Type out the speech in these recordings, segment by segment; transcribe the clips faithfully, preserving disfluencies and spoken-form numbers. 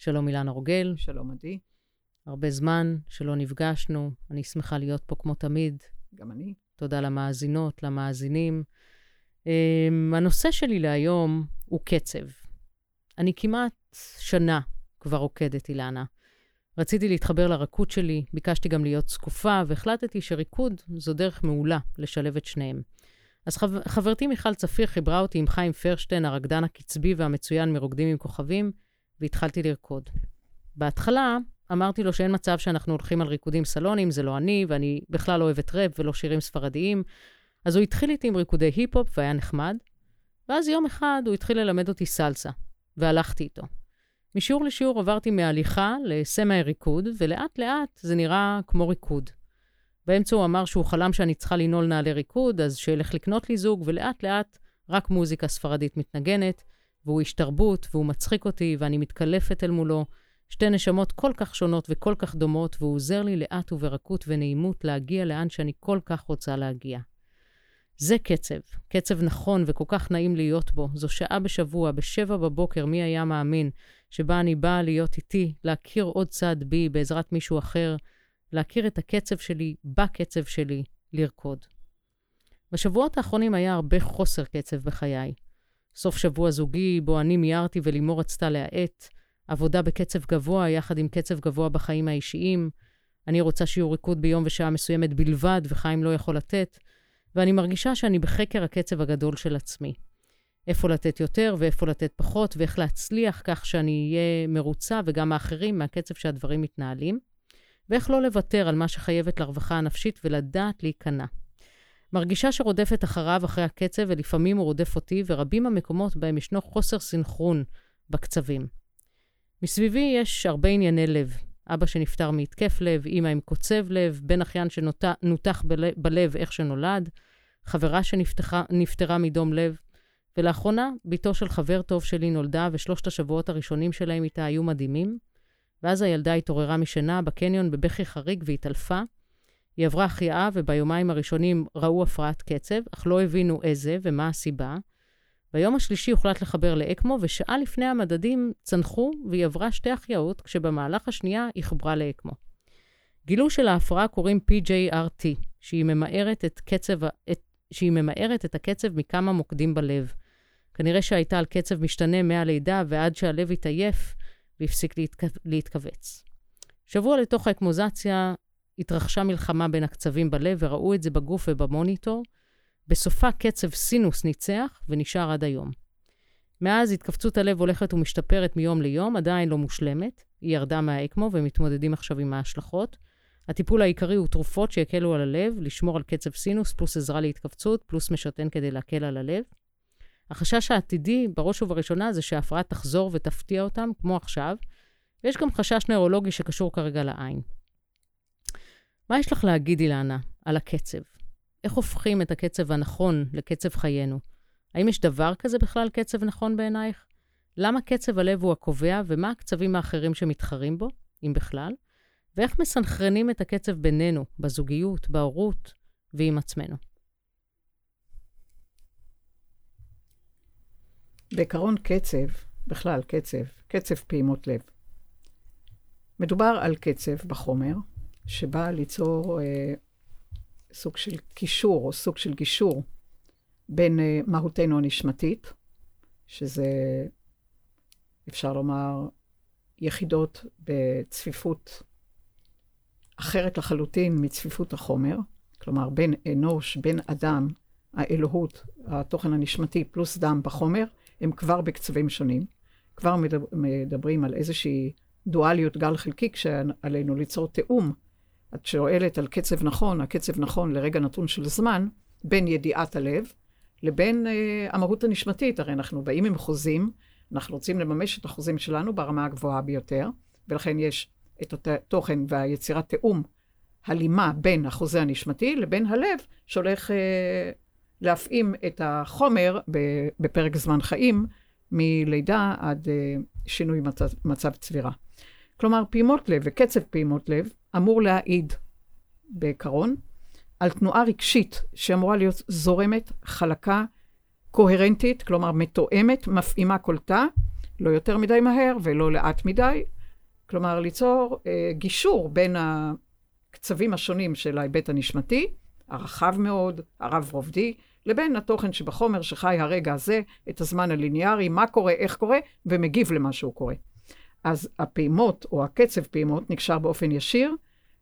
שלום אילנה רוגל. שלום עדי. הרבה זמן שלא נפגשנו, אני שמחה להיות פה כמו תמיד. גם אני. תודה למאזינות, למאזינים. הנושא שלי להיום הוא קצב. אני כמעט שנה כבר רוקדת אילנה. רציתי להתחבר לרקוד שלי, ביקשתי גם להיות זקופה, והחלטתי שריקוד זו דרך מעולה לשלב את שניהם. אז חבר, חברתי מיכל צפיר חיברה אותי עם חיים פרשטיין, הרקדן הקצבי והמצוין מרוקדים עם כוכבים, והתחלתי לרקוד. בהתחלה אמרתי לו שאין מצב שאנחנו הולכים על ריקודים סלונים, זה לא אני, ואני בכלל לא אוהבת רב ולא שירים ספרדיים. אז הוא התחיל איתי עם ריקודי היפ-הופ והיה נחמד, ואז יום אחד הוא התחיל ללמד אותי סלסה, והלכתי איתו. משיעור לשיעור עברתי מהליכה לסמי ריקוד, ולאט לאט זה נראה כמו ריקוד. באמצע הוא אמר שהוא חלם שאני צריכה לנעול נעלי ריקוד, אז שילך לקנות לי זוג, ולאט לאט רק מוזיקה ספרדית מתנגנת, והוא איש תרבות, והוא מצחיק אותי, ואני מתקלפת אל מולו, שתי נשמות כל כך שונות וכל כך דומות, והוא עוזר לי לאט וברכות ונעימות להגיע לאן שאני כל כך רוצה להגיע. זה קצב, קצב נכון וכל כך נעים להיות בו. זו שעה בשבוע, בשבע בבוקר, מי היה מאמין, שבה אני באה להיות איתי, להכיר עוד צד בי בעזרת מישהו אחר, להכיר את הקצב שלי, בקצב שלי, לרקוד. בשבועות האחרונים היה הרבה חוסר קצב בחיי. סוף שבוע זוגי, בו אני מיירתי ולימור רצתה להעט, עבודה בקצב גבוה יחד עם קצב גבוה בחיים האישיים, אני רוצה שיעור ריקוד ביום ושעה מסוימת בלבד, וחיים לא יכול לתת, ואני מרגישה שאני בחקר הקצב הגדול של עצמי. איפה לתת יותר ואיפה לתת פחות, ואיך להצליח כך שאני אהיה מרוצה וגם האחרים מהקצב שהדברים מתנהלים, ואיך לא לוותר על מה שחייבת לרווחה הנפשית ולדעת להיכנע. מרגישה שרודפת אחריו אחרי הקצב, ולפעמים הוא רודף אותי, ורבים המקומות בהם ישנו חוסר סינכרון בקצבים. מסביבי יש הרבה ענייני לב. אבא שנפטר מהתקף לב, אמא עם קוצב לב, בן אחיין שנותח בלב איך שנולד, חברה שנפטרה מדום לב, ולאחרונה ביתו של חבר טוב שלי נולדה, ושלושת השבועות הראשונים שלהם איתה היו מדהימים, ואז הילדה התעוררה משנה בקניון בבכי חריג והתעלפה. היא עברה החייאה, וביומיים הראשונים ראו הפרעת קצב, אך לא הבינו איזה ומה הסיבה. ביום השלישי הוחלט לחבר לאקמו, ושעה לפני המדדים צנחו, והיא עברה שתי החייאות, כשבמהלך השנייה היא חברה לאקמו. גילו של ההפרעה קוראים פי ג'יי אר טי, שהיא ממהרת את, קצב, את, שהיא ממהרת את הקצב מכמה מוקדים בלב. כנראה שהייתה על קצב משתנה מהלידה, ועד שהלב התעייף, והפסיק להתכו... להתכווץ. שבוע לתוך האקמוזציה, התרחשה מלחמה בין הקצבים בלב, וראו את זה בגוף ובמוניטור. בסופה קצב סינוס ניצח ונשאר עד היום. מאז התכווצות הלב הולכת ומשתפרת מיום ליום, עדיין לא מושלמת. היא ירדה מהאקמו ומתמודדים עכשיו עם ההשלכות. הטיפול העיקרי הוא תרופות שיקלו על הלב, לשמור על קצב סינוס, פלוס עזרה להתכווצות, פלוס משתן כדי להקל על הלב. החשש העתידי, בראש ובראשונה, זה שההפרעה תחזור ותפתיע אותם, כמו עכשיו. ויש גם חשש נוירולוגי שקשור כרגע לעין. מה יש לך להגיד, אילנה, על הקצב? איך הופכים את הקצב הנכון לקצב חיינו? האם יש דבר כזה בכלל קצב נכון בעינייך? למה קצב הלב הוא הקובע, ומה הקצבים האחרים שמתחרים בו, אם בכלל? ואיך מסנכרנים את הקצב בינינו, בזוגיות, בהורות ועם עצמנו? בעיקרון קצב, בכלל קצב, קצב פעימות לב. מדובר על קצב בחומר, שבא ליצור אה, סוג של קישור, או סוג של גישור, בין אה, מהותנו הנשמתית, שזה, אפשר לומר, יחידות בצפיפות אחרת לחלוטין מצפיפות החומר, כלומר, בין אנוש, בין אדם, האלוהות, התוכן הנשמתי, פלוס דם בחומר, הם כבר בקצבים שונים. כבר מדברים על איזושהי דואליות גל חלקי, כשעלינו ליצור תאום. את שואלת על קצב נכון, הקצב נכון לרגע נתון של זמן, בין ידיעת הלב, לבין אה, המהות הנשמתית. הרי אנחנו באים עם חוזים, אנחנו רוצים לממש את החוזים שלנו ברמה הגבוהה ביותר, ולכן יש את התוכן והיצירת תאום, הלימה בין החוזה הנשמתי לבין הלב, שהולך אה, להפעים את החומר בפרק זמן חיים, מלידה עד אה, שינוי מצב, מצב צבירה. כלומר, פעימות לב וקצב פעימות לב אמור להעיד בעיקרון על תנועה רגשית שאמורה להיות זורמת, חלקה, קוהרנטית, כלומר מתואמת, מפעימה כל תא, לא יותר מדי מהר ולא לאט מדי. כלומר, ליצור אה, גישור בין הקצבים השונים של ההיבט הנשמתי, הרחב מאוד, הרב רובדי, לבין התוכן שבחומר שחי הרגע הזה, את הזמן הליניארי, מה קורה, איך קורה, ומגיב למה שהוא קורה. אז הפעימות או הקצב פעימות נקשר באופן ישיר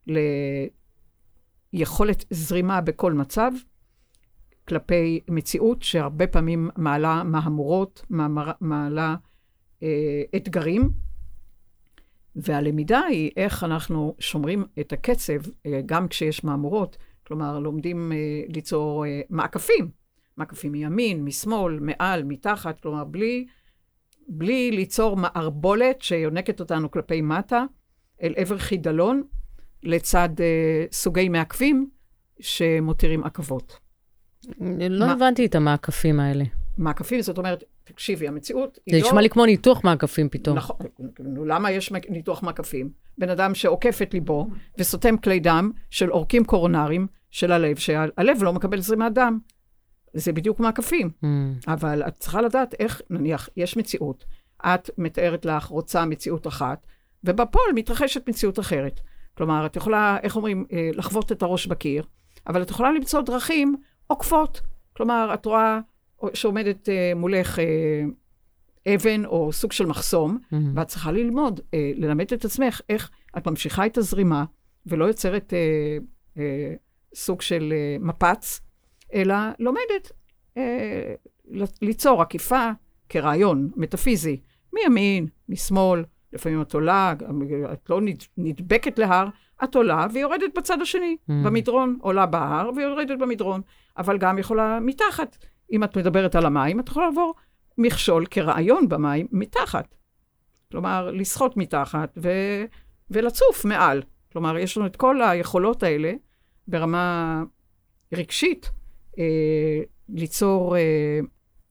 ליכולת זרימה בכל מצב, כלפי מציאות שהרבה פעמים מעלה מהמורות, מעלה אה, אתגרים, והלמידה היא איך אנחנו שומרים את הקצב, אה, גם כשיש מהמורות, כלומר לומדים אה, ליצור אה, מעקפים, מעקפים מימין, משמאל, מעל, מתחת, כלומר בלי, בלי ליצור מערבולת שיונקת אותנו כלפי מטה, אל עבר חידלון, לצד אה, סוגי מעקפים שמותירים עקבות. לא מה... הבנתי את המעקפים האלה. מעקפים, זאת אומרת, תקשיבי, המציאות היא לא... זה נשמע לי כמו ניתוח מעקפים פתאום. נכון, למה יש ניתוח מעקפים? בן אדם שעוקף את ליבו וסותם כלי דם של עורקים קורונריים של הלב, שהלב לא מקבל זרימת דם. זה בדיוק מעקפים. Mm. אבל את צריכה לדעת איך, נניח, יש מציאות, את מתארת לך, רוצה מציאות אחת, ובפועל מתרחשת מציאות אחרת. כלומר, את יכולה, איך אומרים, לחוות את הראש בקיר, אבל את יכולה למצוא דרכים עוקפות. כלומר, את רואה שעומדת מולך אבן או סוג של מחסום, mm-hmm. ואת צריכה ללמוד, ללמד את עצמך איך את ממשיכה את הזרימה, ולא יוצרת סוג של מפץ, אלא לומדת ליצור עקיפה כרעיון מטאפיזי, מימין, משמאל, לפעמים את עולה, את לא נדבקת להר, את עולה ויורדת בצד השני, mm. במדרון, עולה בהר ויורדת במדרון, אבל גם יכולה מתחת. אם את מדברת על המים, את יכולה לעבור מכשול כרעיון במים מתחת. כלומר, לשחות מתחת ו... ולצוף מעל. כלומר, יש לנו את כל היכולות האלה ברמה רגשית, אה, ליצור, אה,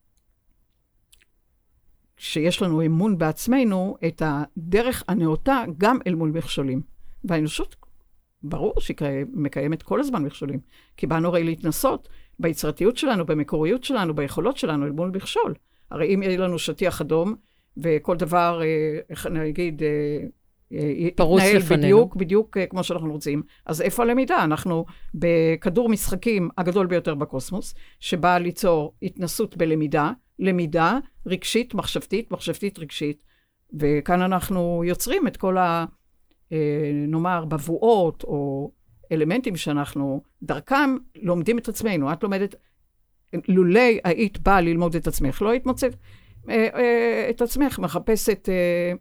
שיש לנו אמון בעצמנו, את הדרך הנאותה גם אל מול מכשולים. והאנושות, ברור שהיא מקיימת כל הזמן מכשולים, כי באנו הרי להתנסות ביצירתיות שלנו, במקוריות שלנו, ביכולות שלנו אל מול מכשול. הרי אם יהיה לנו שטיח אדום, וכל דבר, איך אני אגיד, יתנהל בדיוק, בדיוק כמו שאנחנו רוצים, אז איפה הלמידה? אנחנו בכדור משחקים הגדול ביותר בקוסמוס, שבא ליצור התנסות בלמידה, למידה רגשית, מחשבתית, מחשבתית רגשית, וכאן אנחנו יוצרים את כל ה... נאמר, בבואות או אלמנטים שאנחנו דרכם לומדים את עצמנו. את לומדת, לולי היית באה ללמוד את עצמך, לא היית מוצאת את עצמך, מחפשת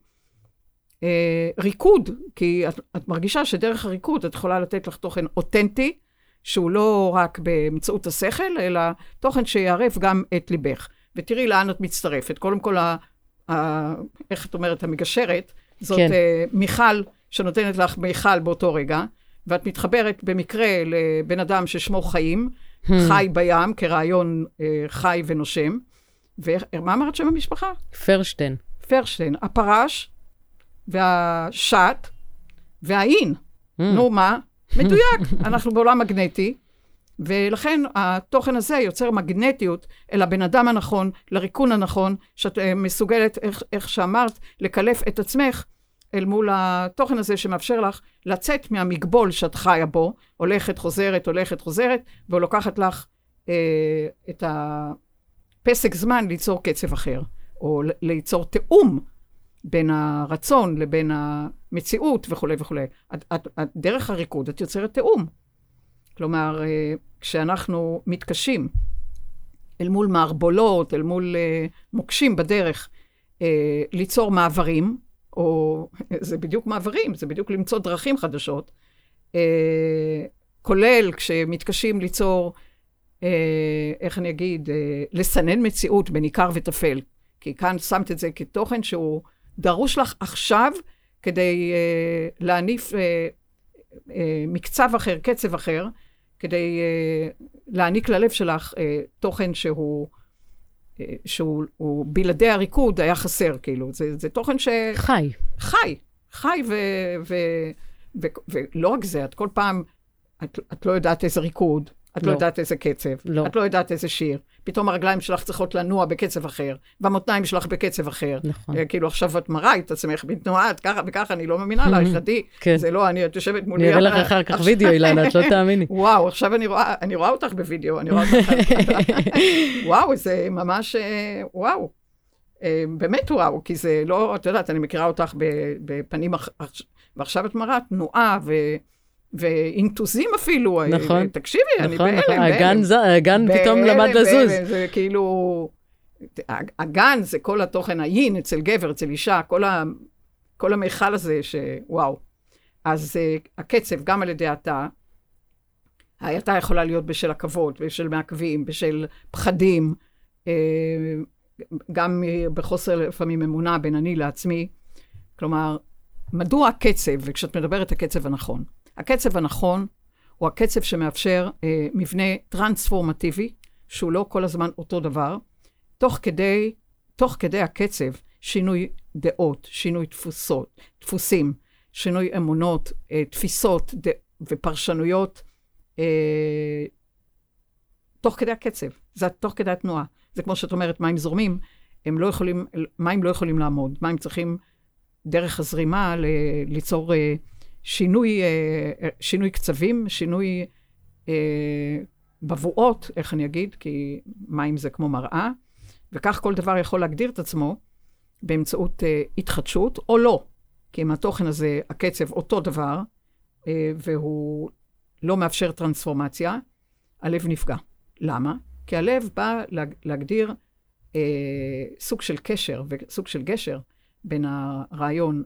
ריקוד, כי את, את מרגישה שדרך הריקוד את יכולה לתת לך תוכן אותנטי, שהוא לא רק באמצעות השכל, אלא תוכן שיערב גם את ליבך. ותראי לאן את מצטרפת. קודם כל, ה, ה, איך את אומרת, המגשרת, זאת כן. מיכל, שנותנת לך מיכל באותו רגע, ואת מתחברת במקרה לבן אדם ששמו חיים, hmm. חי בים, כרעיון אה, חי ונושם. ומה אמרת שם המשפחה? פרשטיין. פרשטיין. הפרש, והשט, והאין. Hmm. נו, מה? מדויק. אנחנו בעולם מגנטי, ולכן התוכן הזה יוצר מגנטיות אל הבן אדם הנכון, לריקון הנכון, שאת אה, מסוגלת, איך, איך שאמרת, לקלף את עצמך, אל מול התוכן הזה שמאפשר לך לצאת מהמגבול שאת חיה בו, הולכת, חוזרת, הולכת, חוזרת, ולוקחת לך אה, את הפסק זמן ליצור קצב אחר, או ליצור תאום בין הרצון לבין המציאות וכו' וכו'. דרך הריקוד את יוצרת תאום. כלומר, אה, כשאנחנו מתקשים אל מול מערבולות, אל מול אה, מוקשים בדרך, אה, ליצור מעברים, או זה בדיוק מעברים, זה בדיוק למצוא דרכים חדשות, אה, כולל כשמתקשים ליצור, אה, איך אני אגיד, אה, לסנן מציאות בין עיקר וטפל, כי כאן שמת את זה כתוכן שהוא דרוש לך עכשיו, כדי אה, להניף אה, אה, מקצב אחר, קצב אחר, כדי אה, להעניק ללב שלך אה, תוכן שהוא, שהוא בלעדי הריקוד היה חסר, כאילו. זה, זה תוכן ש... חי. חי. חי ו... ו... ו... ולא רק זה, את כל פעם, את, את לא יודעת איזה ריקוד, את לא, לא יודעת איזה קצב, לא. את לא יודעת איזה שיר. פתאום הרגליים שלך צריכות לנוע בקצב אחר, והמותניים שלך בקצב אחר. נכון. כאילו עכשיו את מראה את עצמך בתנועה, את ככה וככה, אני לא מאמינה לה, חדי. כן. זה לא, אני את יושבת מולי. נראה לך אחר כך וידאו, אילנה, את לא תאמיני. וואו, עכשיו אני רואה, אני רואה אותך בווידאו, אני רואה אותך. וואו, זה ממש, וואו. באמת וואו, כי זה לא, את יודעת, אני מכירה אותך בפנים, ועכשיו את מראה תנועה ו... ואינטוזים אפילו, נכון, תקשיבי, נכון, אני בהלם, נכון. בהלם. הגן פתאום למד לזוז. זה כאילו, הגן זה כל התוכן היין אצל גבר, אצל אישה, כל, ה, כל המיכל הזה שוואו. אז uh, הקצב גם על ידי התא, ההייתה יכולה להיות בשל הכבוד, בשל מעכבים, בשל פחדים, uh, גם בחוסר לפעמים אמונה בין אני לעצמי. כלומר, מדוע הקצב, וכשאת מדברת הקצב הנכון, הקצב הנכון הוא הקצב שמאפשר אה, מבנה טרנספורמטיבי, שהוא לא כל הזמן אותו דבר, תוך כדי, תוך כדי הקצב, שינוי דעות, שינוי דפוסות, דפוסים, שינוי אמונות, אה, תפיסות ד... ופרשנויות, אה, תוך כדי הקצב, זה תוך כדי התנועה. זה כמו שאת אומרת, מים זורמים, הם לא יכולים, מים לא יכולים לעמוד, מים צריכים דרך הזרימה ל... ליצור... אה, שינוי, שינוי קצבים, שינוי אה, בבואות, איך אני אגיד, כי מים זה כמו מראה, וכך כל דבר יכול להגדיר את עצמו באמצעות אה, התחדשות, או לא, כי אם התוכן הזה, הקצב, אותו דבר, אה, והוא לא מאפשר טרנספורמציה, הלב נפגע. למה? כי הלב בא להג, להגדיר אה, סוג של קשר, וסוג של גשר, בין הרעיון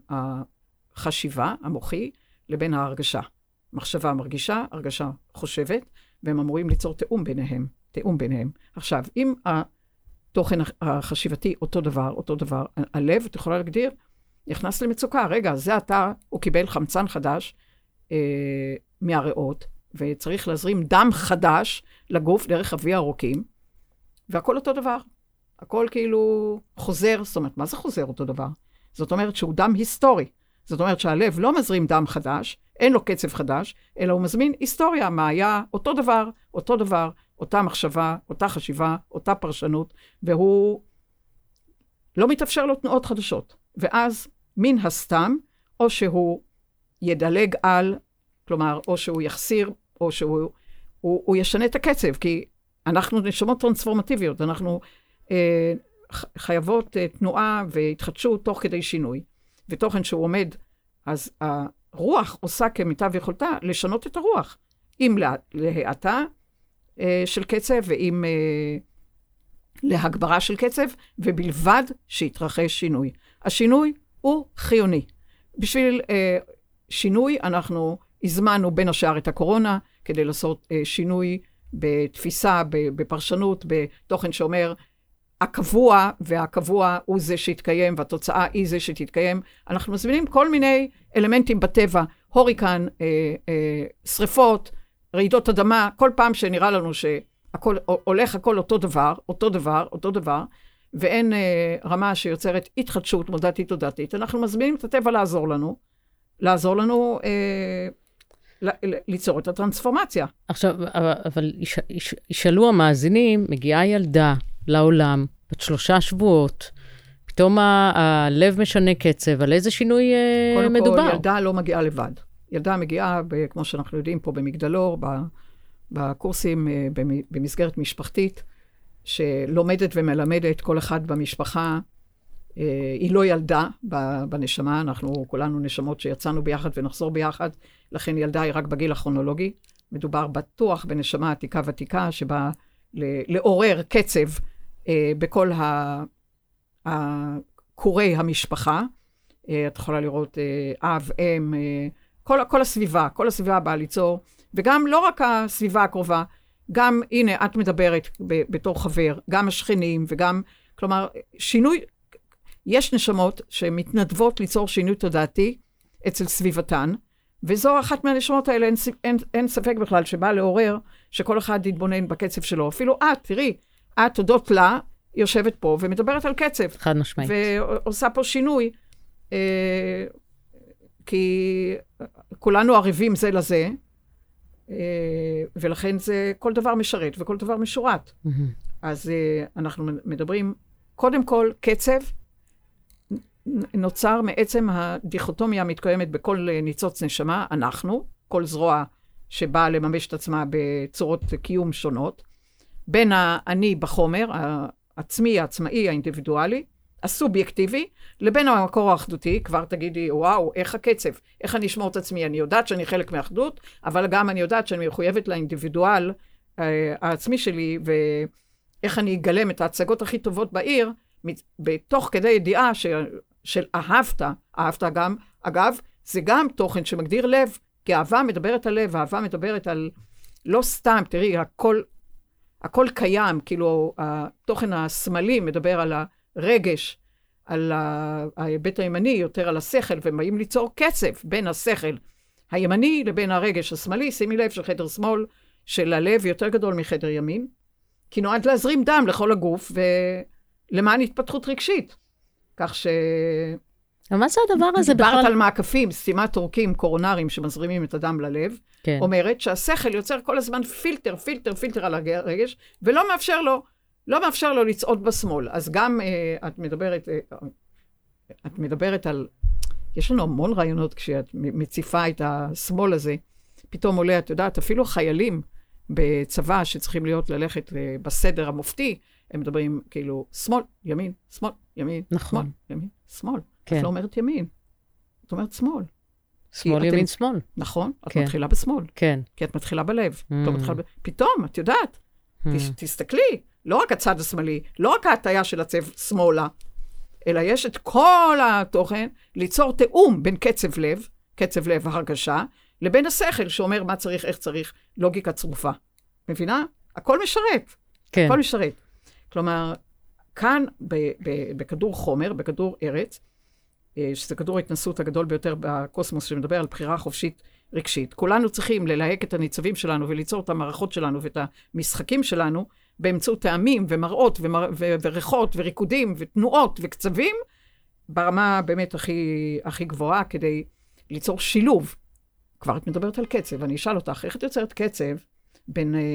החשיבה, המוחי, לבין ההרגשה. מחשבה מרגישה, הרגשה חושבת, והם אמורים ליצור תאום ביניהם, תאום ביניהם. עכשיו, אם התוכן החשיבתי אותו דבר, אותו דבר, הלב, את יכולה להגדיר, נכנס למצוקה. רגע, זה אתה, הוא קיבל חמצן חדש אה, מהריאות, וצריך להזרים דם חדש לגוף דרך אבי העורקים, והכל אותו דבר. הכל כאילו חוזר, זאת אומרת, מה זה חוזר אותו דבר? זאת אומרת שהוא דם היסטורי. זאת אומרת שהלב לא מזרים דם חדש, אין לו קצב חדש, אלא הוא מזמין היסטוריה, מה היה אותו דבר, אותו דבר, אותה מחשבה, אותה חשיבה, אותה פרשנות, והוא לא מתאפשר לו תנועות חדשות. ואז מן הסתם, או שהוא ידלג על, כלומר, או שהוא יחסיר, או שהוא הוא, הוא ישנה את הקצב, כי אנחנו נשמות טרנספורמטיביות, אנחנו אה, חייבות אה, תנועה והתחדשות תוך כדי שינוי. ותוכן שהוא עומד, אז הרוח עושה כמיטב יכולתה לשנות את הרוח, אם להאטה אה, של קצב, ואם אה, להגברה של קצב, ובלבד שיתרחש שינוי. השינוי הוא חיוני. בשביל אה, שינוי אנחנו הזמנו בין השאר את הקורונה, כדי לעשות אה, שינוי בתפיסה, בפרשנות, בתוכן שאומר, הקבוע, והקבוע הוא זה שיתקיים, והתוצאה היא זה שתתקיים. אנחנו מזמינים כל מיני אלמנטים בטבע, הוריקן, אה, אה, שריפות, רעידות אדמה, כל פעם שנראה לנו שהכל, הולך הכל אותו דבר, אותו דבר, אותו דבר, ואין אה, רמה שיוצרת התחדשות מודעתית תודעתית, אנחנו מזמינים את הטבע לעזור לנו, לעזור לנו אה, ל- ליצור את הטרנספורמציה. עכשיו, אבל יש, יש, ישאלו המאזינים, מגיעה ילדה, לעולם, בת שלושה שבועות, פתאום ה- הלב משנה קצב, על איזה שינוי אה, מדובר? קודם כל, ילדה לא מגיעה לבד. ילדה מגיעה, ב- כמו שאנחנו יודעים פה במגדלור, ב- בקורסים אה, במסגרת משפחתית, שלומדת ומלמדת כל אחד במשפחה. אה, היא לא ילדה בנשמה, אנחנו כולנו נשמות שיצאנו ביחד ונחזור ביחד, לכן ילדה היא רק בגיל הכרונולוגי. מדובר בטוח בנשמה עתיקה ותיקה, שבה לעורר קצב אה, בכל קורי המשפחה. אה, את יכולה לראות אה, אב, אם, אה, כל, כל הסביבה, כל הסביבה באה ליצור, וגם לא רק הסביבה הקרובה, גם, הנה, את מדברת ב, בתור חבר, גם השכנים, וגם, כלומר, שינוי, יש נשמות שמתנדבות ליצור שינוי תודעתי אצל סביבתן, וזו אחת מהנשמות האלה, אין, אין, אין ספק בכלל שבא לעורר, שכל אחד יתבונן בקצב שלו. אפילו את, תראי, את, תודות לה, יושבת פה ומדברת על קצב. חד משמעית. ועושה פה שינוי, אה, כי כולנו ערבים זה לזה, ולכן זה כל דבר משרת וכל דבר משורת. Mm-hmm. אז אנחנו מדברים, קודם כל, קצב נוצר מעצם הדיכוטומיה המתקיימת בכל ניצוץ נשמה, אנחנו, כל זרוע שבאה לממש את עצמה בצורות קיום שונות, בין האני בחומר, העצמי, העצמאי, האינדיבידואלי, הסובייקטיבי, לבין המקור האחדותי. כבר תגידי, וואו, איך הקצב, איך אני אשמור את עצמי, אני יודעת שאני חלק מהאחדות, אבל גם אני יודעת שאני מחויבת לאינדיבידואל אה, העצמי שלי, ואיך אני אגלם את ההצגות הכי טובות בעיר, בתוך כדי ידיעה ש, של אהבת, אהבת גם, אגב, זה גם תוכן שמגדיר לב, כי אהבה מדברת על לב, אהבה מדברת על, לא סתם, תראי, הכל, הכל קיים, כאילו, התוכן השמאלי מדבר על הרגש, על ההיבט הימני, יותר על השכל, ובאים ליצור קצב בין השכל הימני לבין הרגש השמאלי. שימי לב שחדר שמאל של הלב יותר גדול מחדר ימין, כי נועד להזרים דם לכל הגוף, ולמען התפתחות רגשית. כך ש... מה זה הדבר הזה בכלל? דיברת בכלל... על מעקפים, סתימת עורקים קורונריים שמזרימים את הדם ללב, כן. אומרת שהשכל יוצר כל הזמן פילטר, פילטר, פילטר על הרגש, ולא מאפשר לו, לא מאפשר לו לצעוד בשמאל. אז גם אה, את מדברת, אה, את מדברת על, יש לנו המון רעיונות כשאת מציפה את השמאל הזה, פתאום עולה, את יודעת, אפילו חיילים בצבא שצריכים להיות ללכת אה, בסדר המופתי, הם מדברים כאילו שמאל, ימין, שמאל, ימין, נכון. שמאל, ימין, שמאל. כן. את לא אומרת ימין, את אומרת שמאל. שמאל, ימין, שמאל. נכון, את כן. מתחילה בשמאל. כן. כי את מתחילה בלב. Mm. את לא מתחילה ב... פתאום, את יודעת, Mm. תס, תסתכלי, לא רק הצד השמאלי, לא רק ההטיה של הצבע שמאלה, אלא יש את כל התוכן ליצור תאום בין קצב לב, קצב לב והרגשה, לבין השכל שאומר מה צריך, איך צריך, לוגיקה צרופה. מבינה? הכל משרת. כן. הכל משרת. כלומר, כאן ב- ב- בכדור חומר, בכדור ארץ, שזה כדור ההתנסות הגדול ביותר בקוסמוס שמדבר על בחירה חופשית רגשית, כולנו צריכים ללהק את הניצבים שלנו וליצור את המערכות שלנו ואת המשחקים שלנו באמצעות טעמים ומראות ומר... ו- וריחות וריקודים ותנועות וקצבים ברמה באמת הכי, הכי גבוהה כדי ליצור שילוב. כבר את מדברת על קצב, אני אשאל אותך, איך את יוצרת קצב בין אה,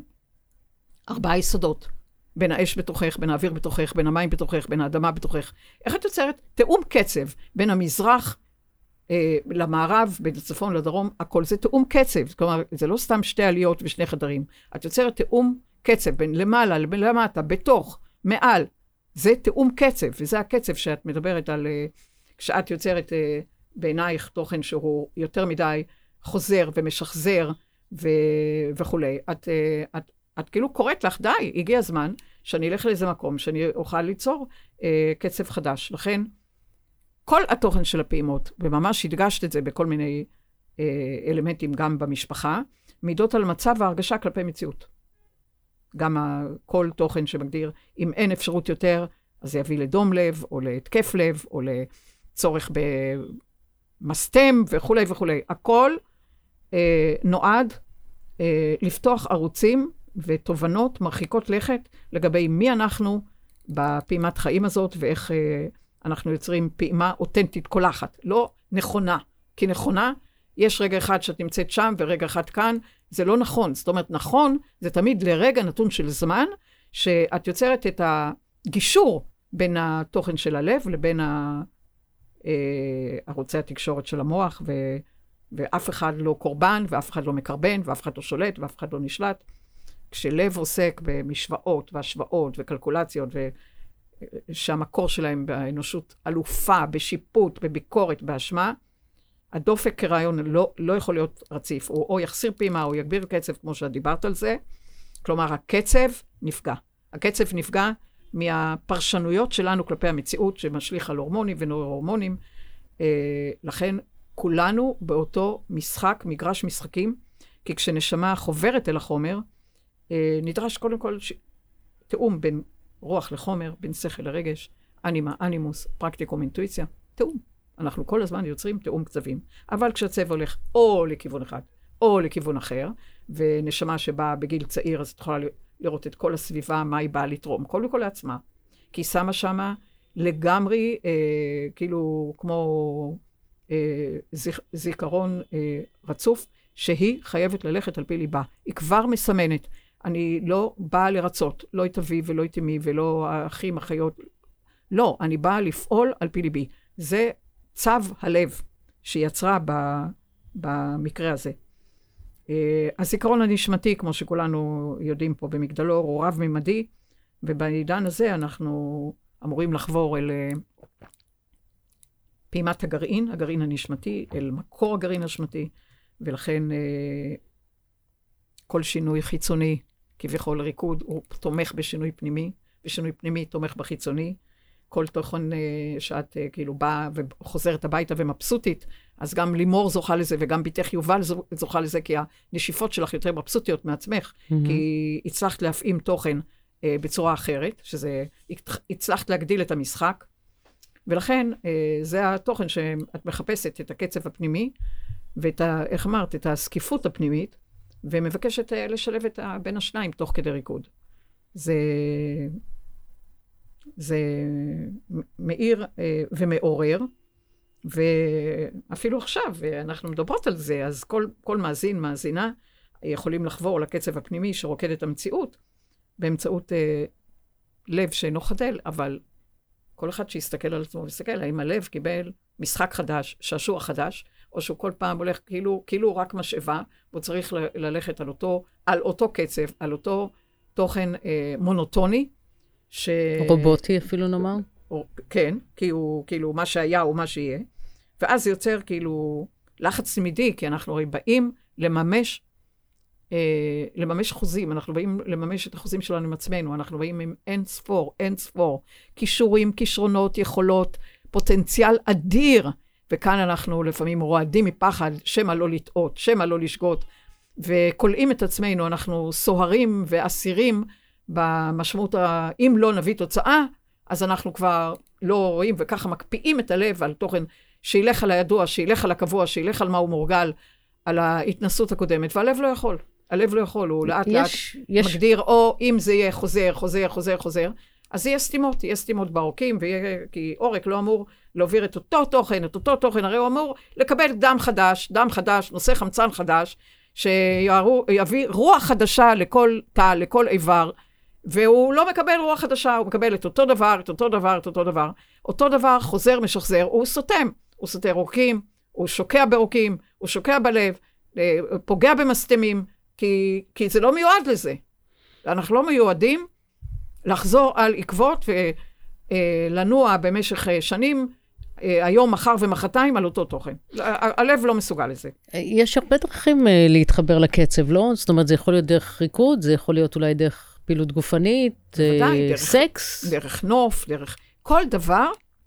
ארבעה יסודות? בין האש בתוכך, בין האוויר בתוכך, בין המים בתוכך, בין האדמה בתוכך. איך את יוצרת תאום קצב בין המזרח אה, למערב, בין הצפון לדרום, הכל זה תאום קצב. כלומר, זה לא סתם שתי עליות ושני חדרים. את יוצרת תאום קצב בין למעלה לבין למטה, בתוך, מעל. זה תאום קצב, וזה הקצב שאת מדברת על, אה, כשאת יוצרת אה, בעינייך תוכן שהוא יותר מדי חוזר ומשחזר ו... וכו'. את, אה, את את כאילו קוראת לך, די, הגיע הזמן שאני אלך לאיזה מקום, שאני אוכל ליצור אה, קצב חדש. לכן, כל התוכן של הפעימות, וממש הדגשת את זה בכל מיני אה, אלמנטים, גם במשפחה, מידות על מצב והרגשה כלפי מציאות. גם ה, כל תוכן שמגדיר, אם אין אפשרות יותר, אז זה יביא לדום לב, או להתקף לב, או לצורך במסתם, וכו' וכו'. הכל אה, נועד אה, לפתוח ערוצים, ותובנות מרחיקות לכת לגבי מי אנחנו בפעימת חיים הזאת, ואיך אה, אנחנו יוצרים פעימה אותנטית קולחת. לא נכונה, כי נכונה, יש רגע אחד שאת נמצאת שם, ורגע אחד כאן, זה לא נכון. זאת אומרת, נכון, זה תמיד לרגע נתון של זמן, שאת יוצרת את הגישור בין התוכן של הלב, לבין ה, אה, ערוצי התקשורת של המוח, ו, ואף אחד לא קורבן, ואף אחד לא מקרבן, ואף אחד לא שולט, ואף אחד לא נשלט. כשלב עוסק במשוואות והשוואות וקלקולציות, ושהמקור שלהם באנושות אלופה, בשיפוט, בביקורת, באשמה, הדופק כרעיון לא, לא יכול להיות רציף. הוא או יחסיר פעימה או יגביר קצב, כמו שאת דיברת על זה. כלומר, הקצב נפגע. הקצב נפגע מהפרשנויות שלנו כלפי המציאות, שמשליך על הורמונים ונוירו-הורמונים. אה, לכן, כולנו באותו משחק, מגרש משחקים, כי כשנשמה חוברת אל החומר, נדרש קודם כל ש... תאום בין רוח לחומר, בין שכל לרגש, אנימה, אנימוס, פרקטיקום, אינטואיציה, תאום. אנחנו כל הזמן יוצרים תאום קצבים. אבל כשהצבע הולך או לכיוון אחד, או לכיוון אחר, ונשמה שבאה בגיל צעיר, אז את יכולה לראות את כל הסביבה, מה היא באה לתרום, כל וכל לעצמה. כי היא שמה שמה לגמרי, אה, כאילו, כמו אה, זיכ... זיכרון אה, רצוף, שהיא חייבת ללכת על פי ליבה. היא כבר מסמנת. אני לא באה לרצות, לא את אבי ולא את אמי ולא האחים, אחיות. לא, אני באה לפעול על פי ליבי. זה צו הלב שיצרה ב, במקרה הזה. הזיכרון הנשמתי, כמו שכולנו יודעים פה במגדלור, הוא רב-ממדי, ובעידן הזה אנחנו אמורים לחבור אל פעימת הגרעין, הגרעין הנשמתי, אל מקור הגרעין הנשמתי, ולכן כל שינוי חיצוני, כביכול ריקוד, הוא תומך בשינוי פנימי, ושינוי פנימי תומך בחיצוני. כל תוכן שאת כאילו באה וחוזרת הביתה ומבסוטית, אז גם לימור זוכה לזה, וגם ביתך יובל זוכה לזה, כי הנשיפות שלך יותר מבסוטיות מעצמך, mm-hmm. כי הצלחת להפעים תוכן אה, בצורה אחרת, שזה, הצלחת להגדיל את המשחק, ולכן אה, זה התוכן שאת מחפשת, את הקצב הפנימי, ואת ה, איך אמרת, את הסקיפות הפנימית, ומבקשת אה, לשלב את ה, בין השניים תוך כדי ריקוד. זה... זה מאיר אה, ומעורר, ואפילו עכשיו, אנחנו מדברות על זה, אז כל, כל מאזין, מאזינה, יכולים לחבור לקצב הפנימי שרוקד את המציאות, באמצעות אה, לב שאינו חדל, אבל כל אחד שיסתכל על עצמו ויסתכל, האם הלב קיבל משחק חדש, שעשוע חדש, או שהוא כל פעם הולך כאילו, כאילו רק משאבה, והוא צריך ל- ללכת על אותו, על אותו קצב, על אותו תוכן אה, מונוטוני, ש... רובוטי אפילו נאמר? או, כן, כי הוא, כאילו, מה שהיה הוא מה שיהיה. ואז זה יוצר כאילו לחץ תמידי, כי אנחנו הרי באים לממש, אה, לממש חוזים, אנחנו באים לממש את החוזים שלנו עם עצמנו, אנחנו באים עם אין ספור, אין ספור, כישורים, כישרונות, יכולות, פוטנציאל אדיר, וכאן אנחנו לפעמים רועדים מפחד, שמה לא לטעות, שמה לא לשגות, וקולעים את עצמנו, אנחנו סוהרים ואסירים, במשמעות, ה... אם לא נביא תוצאה, אז אנחנו כבר לא רואים, וככה מקפיאים את הלב על תוכן שילך על הידוע, שילך על הקבוע, שילך על מה הוא מורגל, על ההתנסות הקודמת, והלב לא יכול. הלב לא יכול, הוא לאט יש, לאט יש... מגדיר, או אם זה יהיה חוזר, חוזר, חוזר, חוזר, אז יהיה סתימות, יהיה סתימות בעורקים, ויהיה, כי עורק לא אמור להעביר את אותו תוכן, את אותו תוכן, הרי הוא אמור לקבל דם חדש, דם חדש, נושא חמצן חדש, שיביא רוח חדשה לכל תא, לכל איבר, והוא לא מקבל רוח חדשה, הוא מקבל את אותו דבר, את אותו דבר, את אותו דבר. אותו דבר חוזר, משחזר, הוא סותם. הוא סותר עורקים, הוא שוקע בעורקים, הוא שוקע בלב, פוגע במסתמים, כי, כי זה לא מיועד לזה. אנחנו לא מיועדים לחזור על עקבות ולנוע במשך שנים, היום, מחר ומחרתיים על אותו תוכן. הלב לא מסוגל לזה. יש הרבה דרכים להתחבר לקצב, לא? זאת אומרת, זה יכול להיות דרך ריקוד, זה יכול להיות אולי דרך פעילות גופנית, בוודאי, דרך, סקס. דרך נוף, דרך כל דבר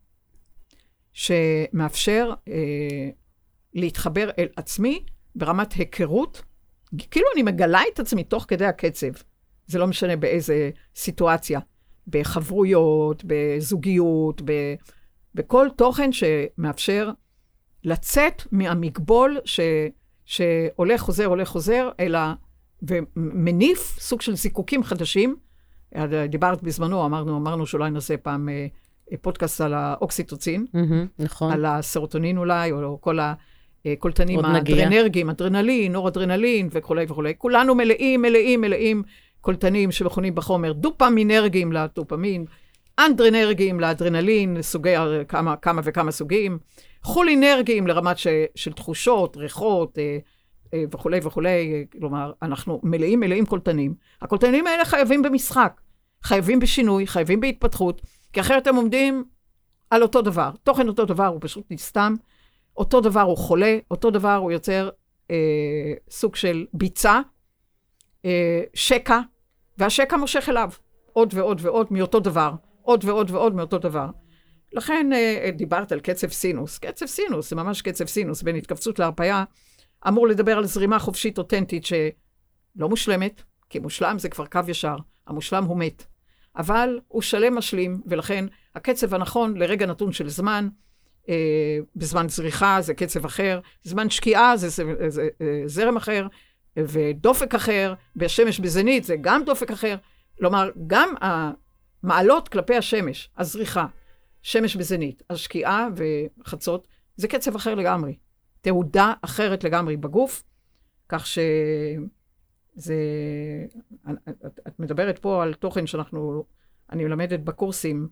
שמאפשר אה, להתחבר אל עצמי ברמת היכרות, כאילו אני מגלה את עצמי תוך כדי הקצב. זה לא משנה באיזה סיטואציה, בחברויות, בזוגיות, ב, בכל תוכן שמאפשר לצאת מהמגבול ש, שהולך חוזר, הולך חוזר, אלא ומניף סוג של זיקוקים חדשים. דיברת בזמנו, אמרנו, אמרנו שאולי נעשה פעם פודקאסט על האוקסיטוצין, נכון. על הסרוטונין אולי, או כל הקולטנים האדרנרגיים, אדרנלין, נורדרנלין וכו' וכו'. כולנו מלאים, מלאים, מלאים קולטנים שמכונים בחומר דופמינרגיים לדופמין, אנדרנרגיים לאדרנלין, סוגי כמה, כמה וכמה סוגים, חולינרגיים לרמת ש, של תחושות, ריחות, וכולי וכולי, כלומר, אנחנו מלאים מלאים קולטנים. הקולטנים האלה חייבים במשחק, חייבים בשינוי, חייבים בהתפתחות, כי אחרת הם עומדים על אותו דבר. תוכן אותו דבר הוא פשוט נסתם, אותו דבר הוא חולה, אותו דבר הוא יוצר אה, סוג של ביצה, אה, שקע, והשקע מושך אליו עוד ועוד ועוד מאותו דבר, עוד ועוד ועוד מאותו דבר. לכן אה, דיברת על קצב סינוס. קצב סינוס, זה ממש קצב סינוס, בין התכווצות להרפאיה, אמור לדבר על זרימה חופשית אותנטית שלא מושלמת, כי מושלם זה כבר קו ישר, המושלם הוא מת. אבל הוא שלם משלים, ולכן הקצב הנכון לרגע נתון של זמן, אה, בזמן זריחה זה קצב אחר, בזמן שקיעה זה, זה, זה, זה זרם אחר, ודופק אחר, בשמש בזנית זה גם דופק אחר, כלומר גם המעלות כלפי השמש, הזריחה, שמש בזנית, השקיעה וחצות, זה קצב אחר לגמרי. תעודה אחרת לגמרי בגוף, כך שזה, את, את מדברת פה על תוכן שאנחנו, אני מלמדת בקורסים,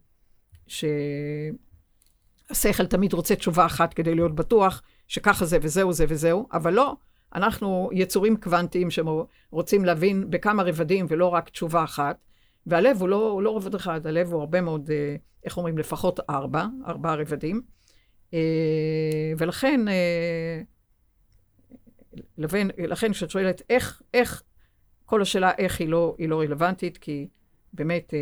שהשכל תמיד רוצה תשובה אחת כדי להיות בטוח, שככה זה וזהו זה וזהו, אבל לא, אנחנו יצורים קוונטיים שרוצים להבין בכמה רבדים ולא רק תשובה אחת, והלב הוא לא, הוא לא רבד אחד, הלב הוא הרבה מאוד, איך אומרים, לפחות ארבע, ארבע רבדים, ולכן, לבין, לכן כשאת שואלת איך, איך, כל השאלה איך היא לא, היא לא רלוונטית, כי באמת,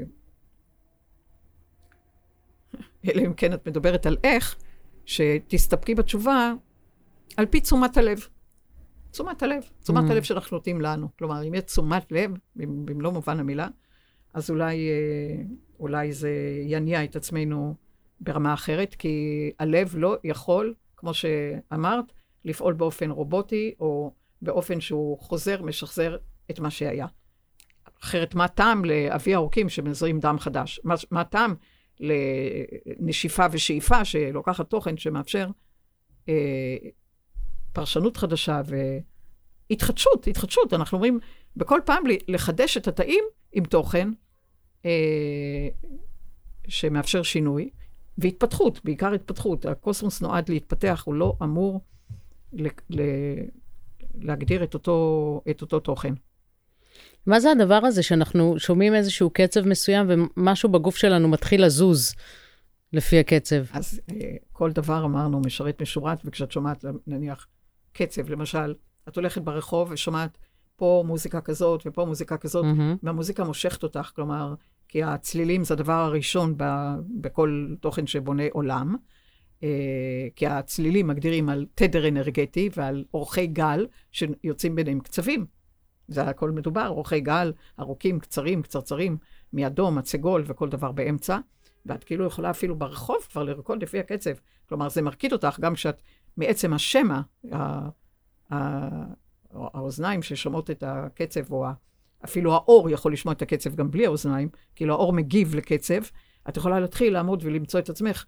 אלא אם כן את מדברת על איך, שתסתפקי בתשובה על פי תשומת הלב. תשומת הלב, תשומת mm. הלב שאנחנו נותנים לנו. כלומר, אם יש תשומת לב, במלוא מובן המילה, אז אולי, אולי זה יניע את עצמנו ברמה אחרת, כי הלב לא יכול, כמו שאמרת, לפעול באופן רובוטי, או באופן שהוא חוזר, משחזר את מה שהיה. אחרת, מה טעם לאבי ארוכים שמזרים דם חדש? מה, מה טעם לנשיפה ושאיפה שלוקחת תוכן שמאפשר אה, פרשנות חדשה והתחדשות, התחדשות. אנחנו אומרים בכל פעם לחדש את התאים עם תוכן אה, שמאפשר שינוי והתפתחות, בעיקר התפתחות. הקוסמוס נועד להתפתח, הוא לא אמור ל, ל, להגדיר את אותו, את אותו תוכן. מה זה הדבר הזה שאנחנו שומעים איזשהו קצב מסוים ומשהו בגוף שלנו מתחיל לזוז לפי הקצב? אז כל דבר אמרנו משרת משורת, וכשאת שומעת נניח קצב, למשל, את הולכת ברחוב ושומעת פה מוזיקה כזאת ופה מוזיקה כזאת, mm-hmm. והמוזיקה מושכת אותך, כלומר, כי הצלילים זה הדבר הראשון ב- בכל תוכן שבונה עולם, כי הצלילים מגדירים על תדר אנרגטי ועל אורכי גל שיוצאים ביניהם קצבים. זה הכל מדובר, אורכי גל, ארוכים, קצרים, קצרצרים, מאדום, הצגול וכל דבר באמצע, ואת כאילו יכולה אפילו ברחוב כבר לרקוד לפי הקצב. כלומר, זה מרקיד אותך גם כשאת מעצם השמע, האוזניים ששומעות את הקצב, או אפילו האור יכול לשמוע את הקצב גם בלי האוזניים, כאילו האור מגיב לקצב, את יכולה להתחיל לעמוד ולמצוא את עצמך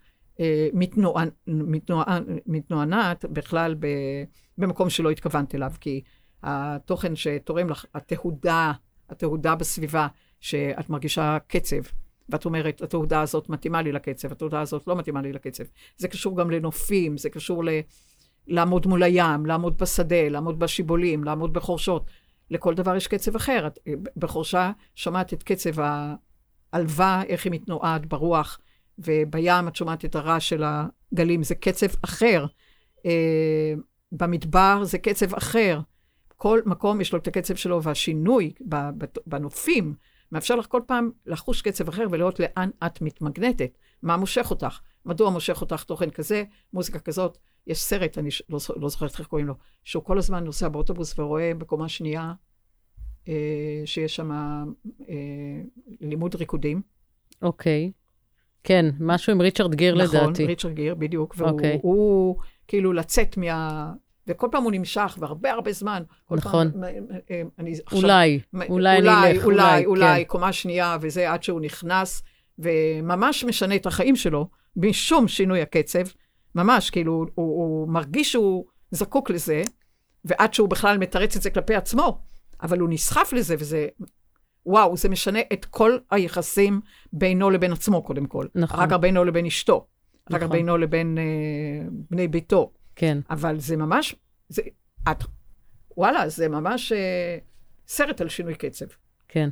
מתנוענת בכלל במקום שלא התכוונת אליו, כי התוכן שתורם לך, התהודה, התהודה בסביבה, שאת מרגישה קצב, ואת אומרת, התהודה הזאת מתאימה לי לקצב, התהודה הזאת לא מתאימה לי לקצב. זה קשור גם לנופים, זה קשור ל... לעמוד מול הים, לעמוד בשדה, לעמוד בשיבולים, לעמוד בחורשות. לכל דבר יש קצב אחר. בחורשה שמעת את קצב העלווה, איך היא מתנועעת ברוח, ובים את שומעת את הרעש של הגלים, זה קצב אחר. במדבר זה קצב אחר. כל מקום יש לו את הקצב שלו, והשינוי בנופים מאפשר לך כל פעם לחוש קצב אחר ולראות לאן את מתמגנטת. מה מושך אותך? מדוע מושך אותך תוכן כזה, מוזיקה כזאת? יש סרט, אני לא, לא זוכרת איך קוראים לו, שהוא כל הזמן נוסע באוטובוס ורואה בקומה שנייה, אה, שיש שם אה, לימוד ריקודים. אוקיי. כן, משהו עם ריצ'רד גיר נכון, לדעתי. נכון, ריצ'רד גיר, בדיוק. והוא okay. הוא, כאילו לצאת מה... וכל פעם הוא נמשך, והרבה הרבה זמן. נכון. פעם, אני, אולי, עכשיו, אולי, אולי נלך, אולי, אולי, אולי, כן. קומה שנייה, וזה עד שהוא נכנס, וממש משנה את החיים שלו, בשום שינוי הקצב, ממש, כאילו, הוא, הוא מרגיש שהוא זקוק לזה, ועד שהוא בכלל מתרץ את זה כלפי עצמו, אבל הוא נסחף לזה, וזה, וואו, זה משנה את כל היחסים בינו לבין עצמו, קודם כל. נכון. אחר כך בינו לבין אשתו, אחר כך נכון. בינו לבין אה, בני ביתו. כן. אבל זה ממש, זה, את, וואלה, זה ממש אה, סרט על שינוי קצב. כן.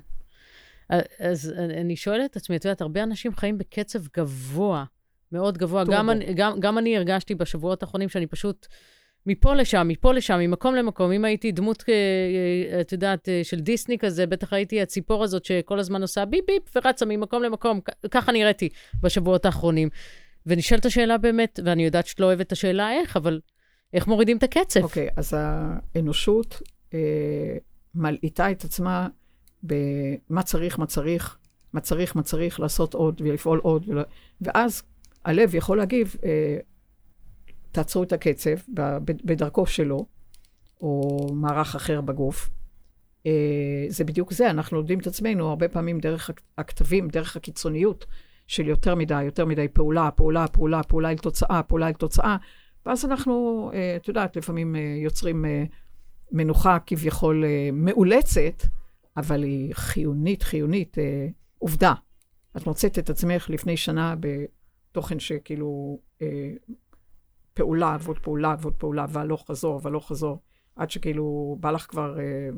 אז אני שואלת את עצמי, את יודעת, הרבה אנשים חיים בקצב גבוה, מאוד גבוה. גם אני, גם, גם אני הרגשתי בשבועות האחרונים שאני פשוט מפה לשם, מפה לשם, ממקום למקום. אם הייתי דמות, את יודעת, של דיסני כזה, בטח הייתי הציפור הזאת שכל הזמן עושה ביפ ביפ ורצה ממקום למקום. ככה נראיתי בשבועות האחרונים. ונשאלת השאלה באמת, ואני יודעת שאת לא אוהבת את השאלה איך, אבל איך מורידים את הקצב? אוקיי, okay, אז האנושות אה, מלעיטה את עצמה במה צריך, מה צריך, מה צריך, מה צריך, לעשות עוד ולפעול עוד. ולה... ואז הלב יכול להגיב, אה, תעצרו את הקצב בדרכו שלו, או מערך אחר בגוף. אה, זה בדיוק זה, אנחנו לומדים את עצמנו הרבה פעמים דרך הכתבים, דרך הקיצוניות, של יותר מדי, יותר מדי פעולה, פעולה, פעולה, פעולה אל תוצאה, פעולה אל תוצאה, ואז אנחנו, את יודעת, לפעמים יוצרים מנוחה כביכול מאולצת, אבל היא חיונית, חיונית, עובדה. את מוצאת את עצמך לפני שנה בתוכן שכאילו פעולה, ועוד פעולה, ועוד פעולה, והלוך חזור, והלוך חזור, עד שכאילו בא לך כבר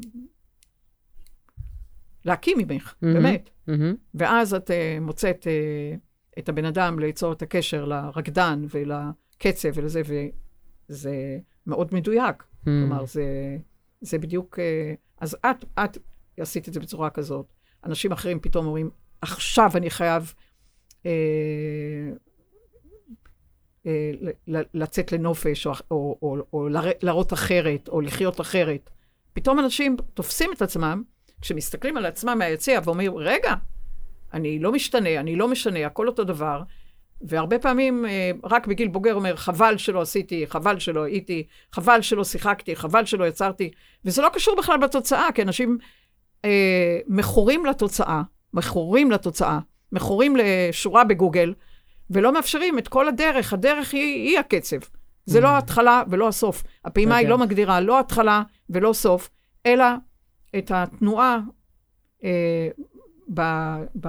להקים ממך, באמת. ואז את מוצאת את הבן אדם ליצור את הקשר לרקדן ולקצב ולזה, וזה מאוד מדויק. כלומר, זה, זה בדיוק... אז את, את עשית את זה בצורה כזאת. אנשים אחרים פתאום אומרים, עכשיו אני חייב אה, אה, לצאת לנופש, או, או, או, או לראות אחרת, או לחיות אחרת. פתאום אנשים תופסים את עצמם, כשמסתכלים על עצמם מהיציע, ואומרים, רגע, אני לא משתנה, אני לא משנה, הכל אותו דבר, והרבה פעמים, רק בגיל בוגר אומר, חבל שלא עשיתי, חבל שלא הייתי, חבל שלא שיחקתי, חבל שלא יצרתי, וזה לא קשור בכלל בתוצאה, כי אנשים אה, מכורים לתוצאה, מכורים לתוצאה, מכורים לשורה בגוגל, ולא מאפשרים את כל הדרך, הדרך היא, היא הקצב. זה mm. לא ההתחלה ולא הסוף. הפעימה okay. היא לא מגדירה, לא התחלה ולא סוף, אלא את התנועה אה, ב... ב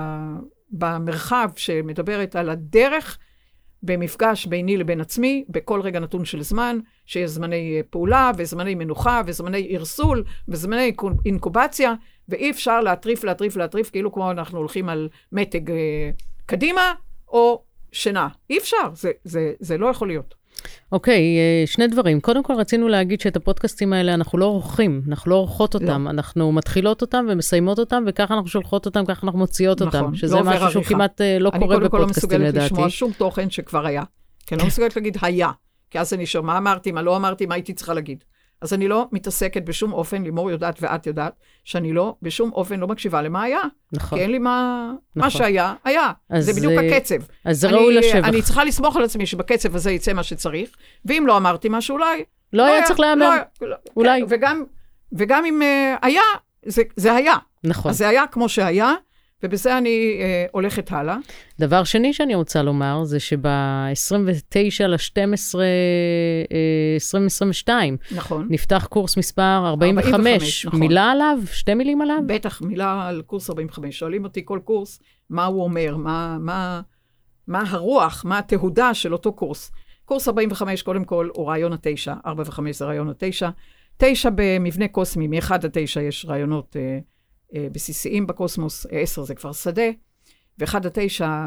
במרחב שמדברת על הדרך במפגש ביני לבין עצמי, בכל רגע נתון של זמן, שיש זמני פעולה וזמני מנוחה וזמני ערסול וזמני אינקובציה, ואי אפשר להטריף, להטריף, להטריף, כאילו כמו אנחנו הולכים על מתג אה, קדימה או שינה. אי אפשר, זה, זה, זה לא יכול להיות. אוקיי, שני דברים. קודם כל רצינו להגיד שאת הפודקאסטים האלה אנחנו לא עורכים, אנחנו לא עורכות אותם, לא. אנחנו מתחילות אותם ומסיימות אותם, וככה אנחנו שולחות אותם, ככה אנחנו מוציאות נכון, אותם, שזה לא משהו שהוא כמעט לא קורה בפודקאסטים לדעתי. אני קודם כל לא מסוגלת לשמוע שום תוכן שכבר היה, כי אני לא מסוגלת להגיד היה, כי אז אני שואל, מה אמרתי, מה לא אמרתי, מה הייתי צריכה להגיד. אז אני לא מתעסקת בשום אופן, לימור יודעת ואת יודעת, שאני לא, בשום אופן לא מקשיבה למה היה. נכון. כי אין לי מה, נכון. מה שהיה, היה. זה בדיוק הקצב. אז זה ראוי לשבח. אני צריכה לסמוך על עצמי שבקצב הזה יצא מה שצריך, ואם לא אמרתי משהו, אולי... לא היה צריך להאמר. אולי. וגם, וגם אם היה, זה, זה היה. נכון. אז זה היה כמו שהיה, ובזה אני אה, הולכת הלאה. דבר שני שאני רוצה לומר, זה שב-עשרים ותשעה לשתים עשרה עשרים עשרים ושתיים, נכון. נפתח קורס מספר ארבעים וחמש. ארבעים וחמש, נכון. מילה עליו? שתי מילים עליו? בטח, מילה על קורס ארבעים וחמש. שואלים אותי כל קורס, מה הוא אומר, מה, מה, מה הרוח, מה התהודה של אותו קורס. קורס ארבעים וחמש, קודם כל, הוא רעיון התשע. ארבע וחמש זה רעיון התשע. תשע במבנה קוסמי, מאחד התשע יש רעיונות... אה, בסיסיים בקוסמוס, עשר זה כבר שדה, ואחד התשע,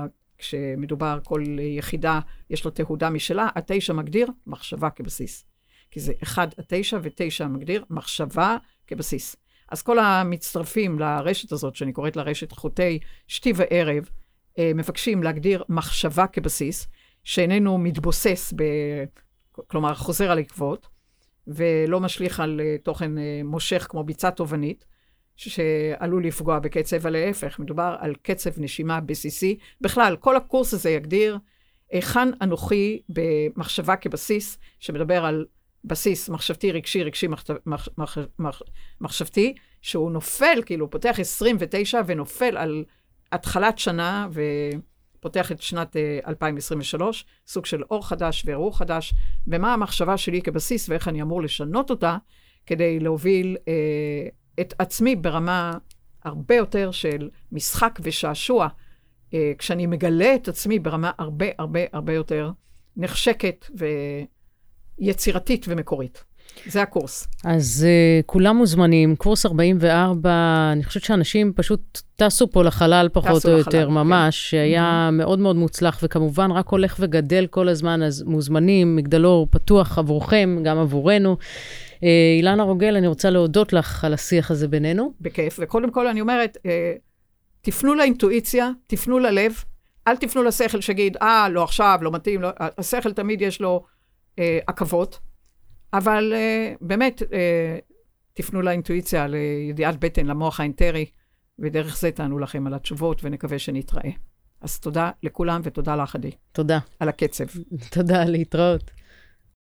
כשמדובר כל יחידה, יש לו תהודה משלה, התשע מגדיר מחשבה כבסיס. כי זה אחד התשע, ותשע מגדיר מחשבה כבסיס. אז כל המצטרפים לרשת הזאת, שאני קוראת לרשת חוטי שתי וערב, מבקשים להגדיר מחשבה כבסיס, שאיננו מתבוסס, ב... כלומר חוזר על עקבות, ולא משליך על תוכן מושך כמו ביצה תובנית, שעלול לפגוע בקצב, אבל להפך, מדובר על קצב נשימה בסיסי. בכלל, כל הקורס הזה יגדיר היכן אנוכי במחשבה כבסיס, שמדבר על בסיס מחשבתי, רגשי, רגשי, מחשב, מח, מח, מח, מחשבתי, שהוא נופל, כאילו, פותח עשרים ותשע ונופל על התחלת שנה, ופותח את שנת אלפיים עשרים ושלוש, סוג של אור חדש ורוח חדש, ומה המחשבה שלי כבסיס, ואיך אני אמור לשנות אותה, כדי להוביל... אה, את עצמי ברמה הרבה יותר של משחק ושעשוע, אה, כשאני מגלה את עצמי ברמה הרבה הרבה הרבה יותר נחשקת ויצירתית ומקורית. זה הקורס. אז uh, כולם מוזמנים, קורס ארבעים וארבע, אני חושבת שאנשים פשוט טסו פה לחלל פחות או יותר, ממש, שהיה מאוד מאוד מוצלח, וכמובן רק הולך וגדל כל הזמן, אז מוזמנים, מגדלור פתוח עבורכם, גם עבורנו. אילנה רוגל, אני רוצה להודות לך על השיח הזה בינינו. בכיף, וקודם כל אני אומרת, תפנו לאינטואיציה, תפנו ללב, אל תפנו לשכל שגיד, אה, לא עכשיו, לא מתאים, לא... השכל תמיד יש לו אה, עקבות, אבל אה, באמת, אה, תפנו לאינטואיציה, לידיעת בטן, למוח האינטרי, ודרך זה תענו לכם על התשובות, ונקווה שנתראה. אז תודה לכולם ותודה לך עדי. תודה. על הקצב. תודה, להתראות.